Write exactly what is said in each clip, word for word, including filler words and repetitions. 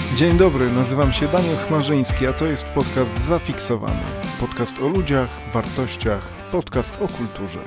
Dzień dobry, nazywam się Daniel Chmarzyński, a to jest podcast Zafiksowany. Podcast o ludziach, wartościach, podcast o kulturze.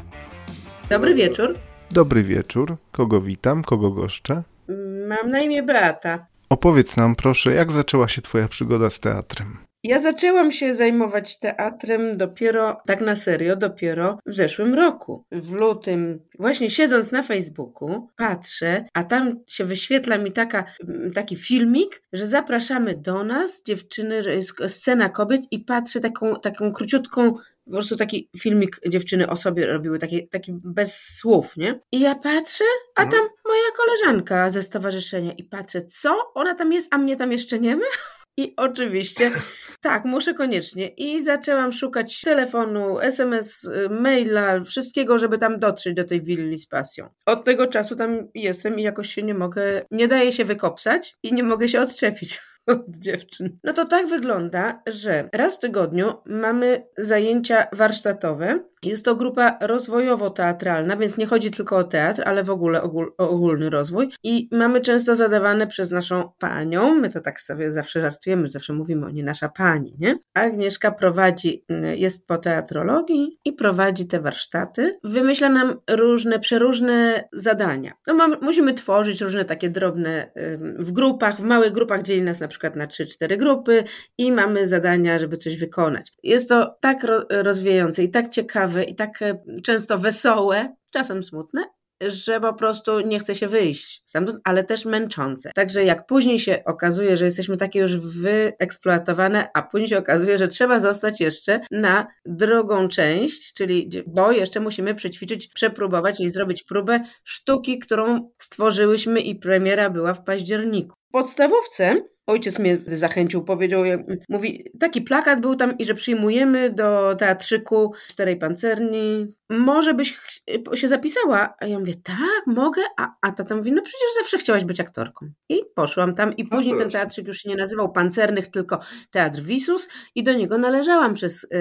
Dobry wieczór. Dobry wieczór. Kogo witam, kogo goszczę? Mam na imię Beata. Opowiedz nam proszę, jak zaczęła się twoja przygoda z teatrem? Ja zaczęłam się zajmować teatrem dopiero, tak na serio, dopiero w zeszłym roku. W lutym, właśnie siedząc na Facebooku, patrzę, a tam się wyświetla mi taka, taki filmik, że zapraszamy do nas dziewczyny, że jest scena kobiet i patrzę taką, taką króciutką, po prostu taki filmik dziewczyny o sobie robiły, taki, taki bez słów, nie? I ja patrzę, a tam moja koleżanka ze stowarzyszenia i patrzę, co? Ona tam jest, a mnie tam jeszcze nie ma? I oczywiście, tak, muszę koniecznie. I zaczęłam szukać telefonu, es em es, maila, wszystkiego, żeby tam dotrzeć do tej willi z pasją. Od tego czasu tam jestem i jakoś się nie mogę, nie daje się wykopsać i nie mogę się odczepić od dziewczyn. No to tak wygląda, że raz w tygodniu mamy zajęcia warsztatowe. Jest to grupa rozwojowo-teatralna, więc nie chodzi tylko o teatr, ale w ogóle ogól, o ogólny rozwój. I mamy często zadawane przez naszą panią, my to tak sobie zawsze żartujemy, zawsze mówimy o niej nasza pani, nie? Agnieszka prowadzi, jest po teatrologii i prowadzi te warsztaty. Wymyśla nam różne, przeróżne zadania. No mamy, musimy tworzyć różne takie drobne w grupach, w małych grupach dzieli nas na przykład na trzy cztery grupy i mamy zadania, żeby coś wykonać. Jest to tak ro- rozwijające i tak ciekawe i tak często wesołe, czasem smutne, że po prostu nie chce się wyjść stamtąd, ale też męczące. Także jak później się okazuje, że jesteśmy takie już wyeksploatowane, a później się okazuje, że trzeba zostać jeszcze na drugą część, czyli bo jeszcze musimy przećwiczyć, przepróbować i zrobić próbę sztuki, którą stworzyłyśmy i premiera była w październiku. W podstawówce ojciec mnie zachęcił, powiedział, mówi, taki plakat był tam i że przyjmujemy do teatrzyku Czterej Pancerni. Może byś się zapisała? A ja mówię, tak, mogę? A, a tata mówi, no przecież zawsze chciałaś być aktorką. I poszłam tam i później ten teatrzyk już się nie nazywał Pancernych, tylko Teatr Wisus i do niego należałam przez y,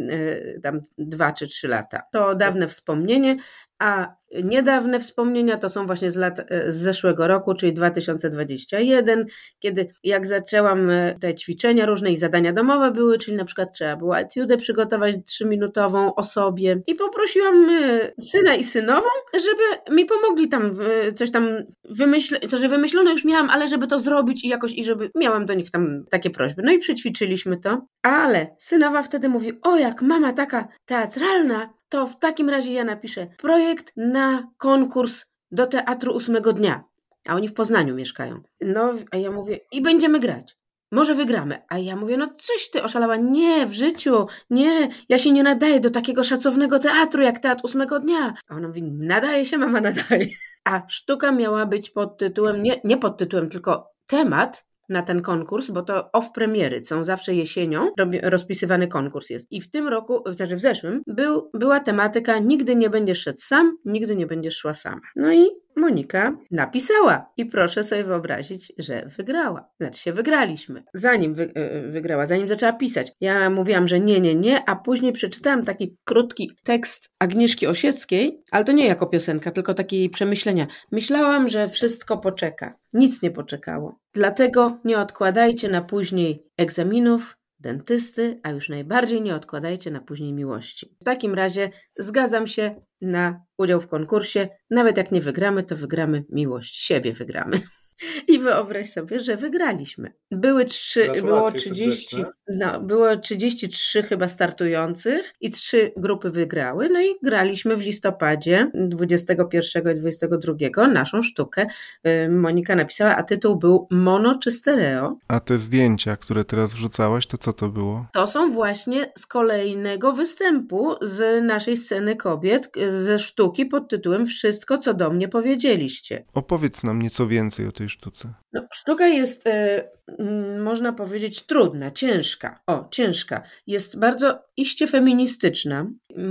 y, tam dwa czy trzy lata. To dawne wspomnienie, a niedawne wspomnienia to są właśnie z lat z zeszłego roku, czyli dwa tysiące dwudziestego pierwszego, kiedy jak zaczęłam te ćwiczenia różne i zadania domowe były, czyli na przykład trzeba było etiudę przygotować trzyminutową o sobie i poprosiłam syna i synową, żeby mi pomogli tam coś tam wymyśleć, co że wymyślone już miałam, ale żeby to zrobić i jakoś, i żeby miałam do nich tam takie prośby. No i przećwiczyliśmy to, ale synowa wtedy mówi, o jak mama taka teatralna, to w takim razie ja napiszę projekt na konkurs do teatru ósmego dnia. A oni w Poznaniu mieszkają. No, a ja mówię, i będziemy grać. Może wygramy. A ja mówię, no coś ty oszalała. Nie, w życiu, nie, ja się nie nadaję do takiego szacownego teatru, jak teatr ósmego dnia. A ona mówi, nadaje się, mama nadaje. A sztuka miała być pod tytułem, nie, nie pod tytułem, tylko temat na ten konkurs, bo to off premiery, są zawsze jesienią, rozpisywany konkurs jest. I w tym roku, znaczy w zeszłym, był, była tematyka nigdy nie będziesz szedł sam, nigdy nie będziesz szła sama. No i Monika napisała i proszę sobie wyobrazić, że wygrała. Znaczy się wygraliśmy. Zanim wy, yy, wygrała, zanim zaczęła pisać. Ja mówiłam, że nie, nie, nie, a później przeczytałam taki krótki tekst Agnieszki Osieckiej, ale to nie jako piosenka, tylko takie jej przemyślenia. Myślałam, że wszystko poczeka. Nic nie poczekało. Dlatego nie odkładajcie na później egzaminów, dentysty, a już najbardziej nie odkładajcie na później miłości. W takim razie zgadzam się na udział w konkursie. Nawet jak nie wygramy, to wygramy miłość. Siebie wygramy. I wyobraź sobie, że wygraliśmy. Były trzy, było trzydzieści, no, było trzydzieści trzy chyba startujących i trzy grupy wygrały. No i graliśmy w listopadzie dwudziestego pierwszego i dwudziestego drugiego naszą sztukę. Monika napisała, a tytuł był Mono czy Stereo. A te zdjęcia, które teraz wrzucałaś, to co to było? To są właśnie z kolejnego występu z naszej sceny kobiet, ze sztuki pod tytułem Wszystko, co do mnie powiedzieliście. Opowiedz nam nieco więcej o tej sztuce. No, sztuka jest, e, można powiedzieć, trudna, ciężka. O, ciężka. Jest bardzo iście feministyczna.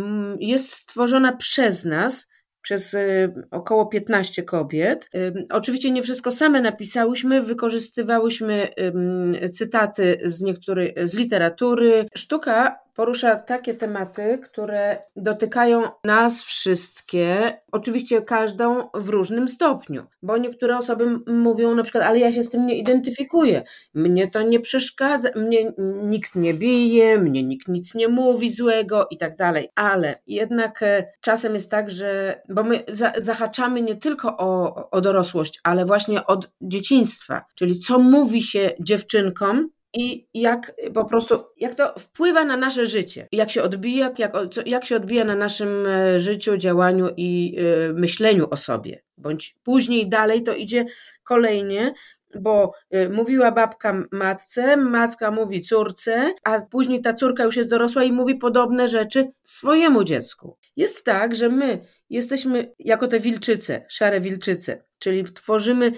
Jest stworzona przez nas, przez y, około piętnaście kobiet. Y, oczywiście nie wszystko same napisałyśmy, wykorzystywałyśmy y, cytaty z niektórych, z literatury. Sztuka porusza takie tematy, które dotykają nas wszystkie, oczywiście każdą w różnym stopniu, bo niektóre osoby mówią na przykład, ale ja się z tym nie identyfikuję, mnie to nie przeszkadza, mnie nikt nie bije, mnie nikt nic nie mówi złego i tak dalej, ale jednak czasem jest tak, że, bo my za, zahaczamy nie tylko o, o dorosłość, ale właśnie od dzieciństwa, czyli co mówi się dziewczynkom i jak po prostu, jak to wpływa na nasze życie, jak się odbija, jak, jak się odbija na naszym życiu, działaniu i y, myśleniu o sobie, bądź później dalej to idzie kolejnie, bo y, mówiła babka matce, matka mówi córce, a później ta córka już jest dorosła i mówi podobne rzeczy swojemu dziecku. Jest tak, że my jesteśmy jako te wilczyce, szare wilczyce, czyli tworzymy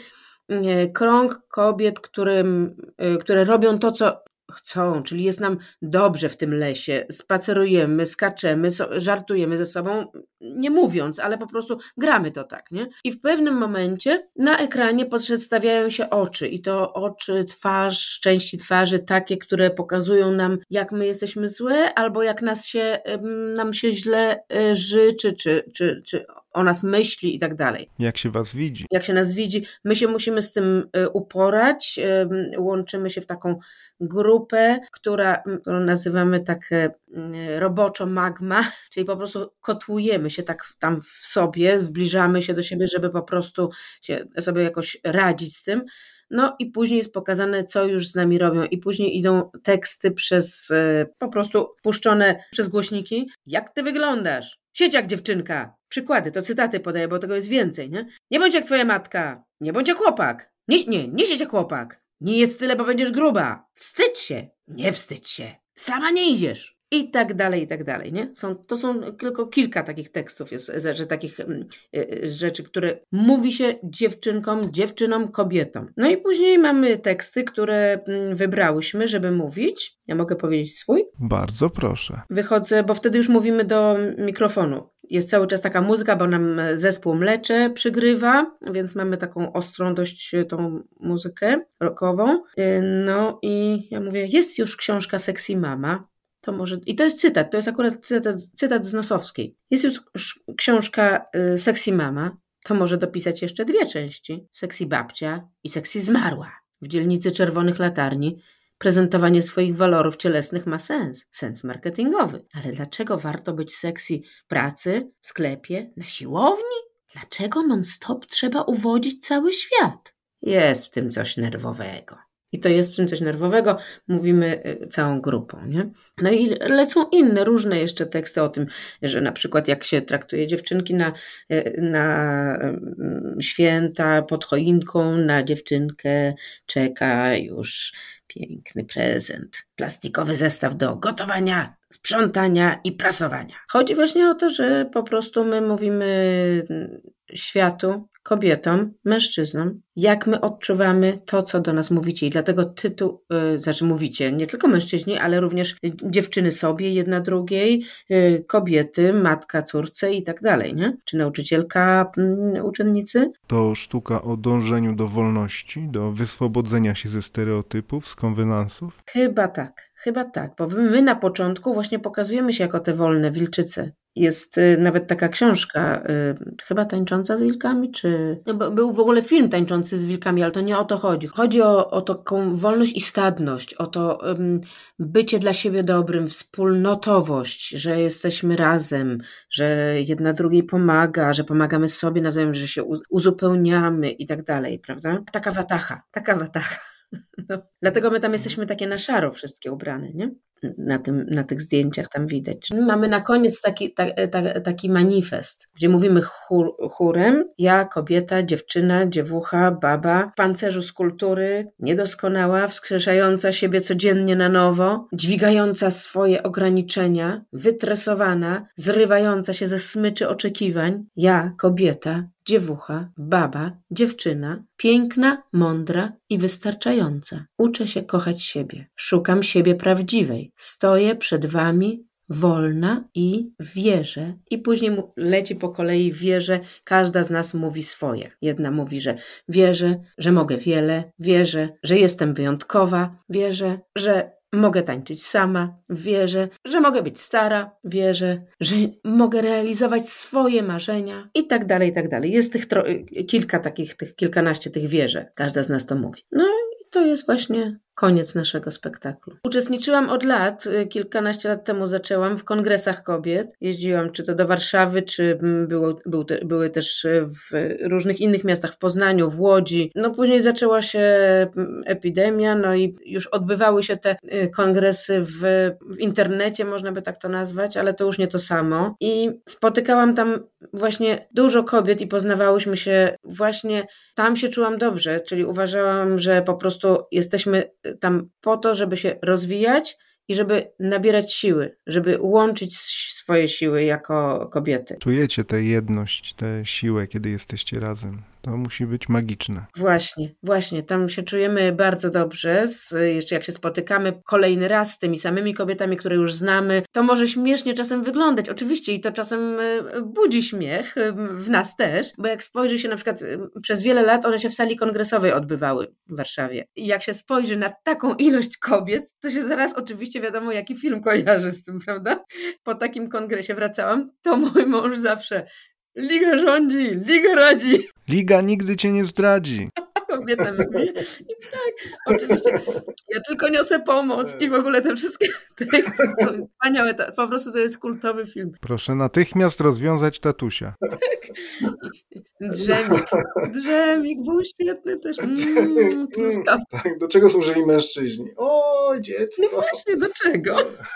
krąg kobiet, którym, które robią to, co chcą, czyli jest nam dobrze w tym lesie, spacerujemy, skaczemy, żartujemy ze sobą, nie mówiąc, ale po prostu gramy to tak, nie? I w pewnym momencie na ekranie przedstawiają się oczy i to oczy, twarz, części twarzy takie, które pokazują nam, jak my jesteśmy złe, albo jak nas się, nam się źle życzy, czy, czy, czy o nas myśli i tak dalej. Jak się was widzi. Jak się nas widzi. My się musimy z tym uporać, łączymy się w taką grupę, która, którą nazywamy tak roboczo magma, czyli po prostu kotłujemy się tak tam w sobie, zbliżamy się do siebie, żeby po prostu się sobie jakoś radzić z tym. No i później jest pokazane, co już z nami robią i później idą teksty przez, po prostu puszczone przez głośniki. Jak ty wyglądasz? Siedź jak dziewczynka. Przykłady, to cytaty podaję, bo tego jest więcej, nie? Nie bądź jak twoja matka. Nie bądź jak chłopak. Nie, nie, nie siedź jak chłopak. Nie jedz tyle, bo będziesz gruba. Wstydź się. Nie wstydź się. Sama nie idziesz. I tak dalej, i tak dalej, nie? Są, to są tylko kilka takich tekstów, jest, że takich y, y, rzeczy, które mówi się dziewczynkom, dziewczynom, kobietom. No i później mamy teksty, które y, wybrałyśmy, żeby mówić. Ja mogę powiedzieć swój? Bardzo proszę. Wychodzę, bo wtedy już mówimy do mikrofonu. Jest cały czas taka muzyka, bo nam zespół Mlecze przygrywa, więc mamy taką ostrą dość tą muzykę rockową. Y, no i ja mówię, jest już książka Sexy Mama. To może, i to jest cytat, to jest akurat cytat, cytat z Nosowskiej. Jest już książka y, Sexy Mama, to może dopisać jeszcze dwie części. Sexy Babcia i Sexy Zmarła. W dzielnicy Czerwonych Latarni prezentowanie swoich walorów cielesnych ma sens, sens marketingowy. Ale dlaczego warto być sexy w pracy, w sklepie, na siłowni? Dlaczego non-stop trzeba uwodzić cały świat? Jest w tym coś nerwowego. I to jest w tym coś nerwowego, mówimy całą grupą, nie? No i lecą inne, różne jeszcze teksty o tym, że na przykład jak się traktuje dziewczynki na, na święta pod choinką, na dziewczynkę czeka już piękny prezent, plastikowy zestaw do gotowania, sprzątania i prasowania. Chodzi właśnie o to, że po prostu my mówimy światu, kobietom, mężczyznom, jak my odczuwamy to, co do nas mówicie. I dlatego tytuł, yy, znaczy mówicie, nie tylko mężczyźni, ale również dziewczyny sobie, jedna drugiej, yy, kobiety, matka córce i tak dalej, nie? Czy nauczycielka yy, uczennicy? To sztuka o dążeniu do wolności, do wyswobodzenia się ze stereotypów, z konwenansów? Chyba tak. Chyba tak, bo my na początku właśnie pokazujemy się jako te wolne wilczyce. Jest y, nawet taka książka, y, chyba Tańcząca z wilkami, czy... No, był w ogóle film Tańczący z wilkami, ale to nie o to chodzi. Chodzi o, o taką wolność i stadność, o to ym, bycie dla siebie dobrym, wspólnotowość, że jesteśmy razem, że jedna drugiej pomaga, że pomagamy sobie nawzajem, że się uzupełniamy i tak dalej, prawda? Taka watacha, taka watacha. No, dlatego my tam jesteśmy takie na szaro wszystkie ubrane, nie? Na, tym, na tych zdjęciach tam widać. Mamy na koniec taki, ta, ta, taki manifest, gdzie mówimy chór, chórem, ja, kobieta, dziewczyna, dziewucha, baba, w pancerzu z kultury, niedoskonała, wskrzeszająca siebie codziennie na nowo, dźwigająca swoje ograniczenia, wytresowana, zrywająca się ze smyczy oczekiwań, ja, kobieta, dziewucha, baba, dziewczyna, piękna, mądra i wystarczająca. Uczę się kochać siebie. Szukam siebie prawdziwej. Stoję przed wami wolna i wierzę. I później leci po kolei wierzę. Każda z nas mówi swoje. Jedna mówi, że wierzę, że mogę wiele. Wierzę, że jestem wyjątkowa. Wierzę, że mogę tańczyć sama, wierzę, że mogę być stara, wierzę, że mogę realizować swoje marzenia i tak dalej, i tak dalej. Jest tych tro- kilka takich, tych kilkanaście tych wierzę. Każda z nas to mówi. No i to jest właśnie koniec naszego spektaklu. Uczestniczyłam od lat, kilkanaście lat temu zaczęłam w kongresach kobiet. Jeździłam czy to do Warszawy, czy było, był te, były też w różnych innych miastach, w Poznaniu, w Łodzi. No później zaczęła się epidemia, no i już odbywały się te kongresy w, w internecie, można by tak to nazwać, ale to już nie to samo. I spotykałam tam właśnie dużo kobiet i poznawałyśmy się właśnie, tam się czułam dobrze, czyli uważałam, że po prostu jesteśmy tam po to, żeby się rozwijać i żeby nabierać siły, żeby łączyć swoje siły jako kobiety. Czujecie tę jedność, tę siłę, kiedy jesteście razem. To musi być magiczne. Właśnie, właśnie. Tam się czujemy bardzo dobrze. Z, jeszcze jak się spotykamy kolejny raz z tymi samymi kobietami, które już znamy, to może śmiesznie czasem wyglądać. Oczywiście i to czasem budzi śmiech w nas też, bo jak spojrzy się na przykład przez wiele lat one się w sali kongresowej odbywały w Warszawie. I jak się spojrzy na taką ilość kobiet, to się zaraz oczywiście wiadomo, jaki film kojarzy z tym, prawda? Po takim kongresie wracałam, to mój mąż zawsze: Liga rządzi, Liga radzi. Liga nigdy cię nie zdradzi. Pamiętam. I tak, oczywiście. Ja tylko niosę pomoc i w ogóle te wszystkie teksty. Wspaniałe, po prostu to jest kultowy film. Proszę natychmiast rozwiązać tatusia. Tak. Drzemik. Drzemik był świetny też. Mm, tak, do czego służyli mężczyźni? O, dziecko. No właśnie, do czego?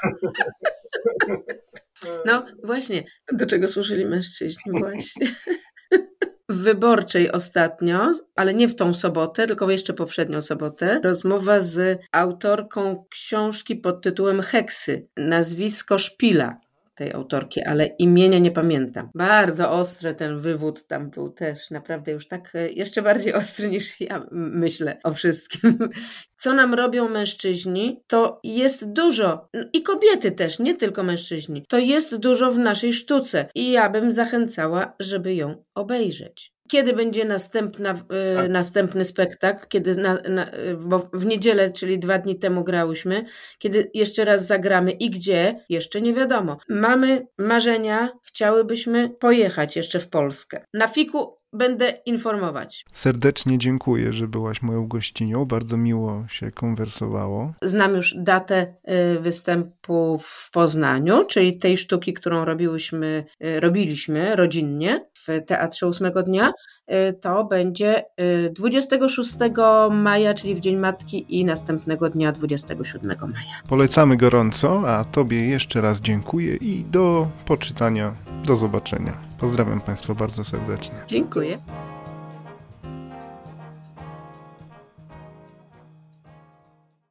No właśnie, do czego służyli mężczyźni właśnie. W Wyborczej ostatnio, ale nie w tą sobotę, tylko jeszcze poprzednią sobotę, rozmowa z autorką książki pod tytułem Heksy. Nazwisko Szpila tej autorki, ale imienia nie pamiętam. Bardzo ostry ten wywód tam był też, naprawdę już tak jeszcze bardziej ostry niż ja myślę o wszystkim. Co nam robią mężczyźni, to jest dużo, i kobiety też, nie tylko mężczyźni, to jest dużo w naszej sztuce i ja bym zachęcała, żeby ją obejrzeć. Kiedy będzie następna, y, następny spektakl, kiedy na, na, bo w niedzielę, czyli dwa dni temu grałyśmy, kiedy jeszcze raz zagramy i gdzie, jeszcze nie wiadomo. Mamy marzenia, chciałybyśmy pojechać jeszcze w Polskę. Na fiku będę informować. Serdecznie dziękuję, że byłaś moją gościnią. Bardzo miło się konwersowało. Znam już datę występu w Poznaniu, czyli tej sztuki, którą robiłyśmy, robiliśmy rodzinnie w Teatrze ósmego dnia. To będzie dwudziestego szóstego maja, czyli w Dzień Matki, i następnego dnia dwudziestego siódmego maja. Polecamy gorąco, a Tobie jeszcze raz dziękuję i do poczytania, do zobaczenia. Pozdrawiam Państwa bardzo serdecznie. Dziękuję.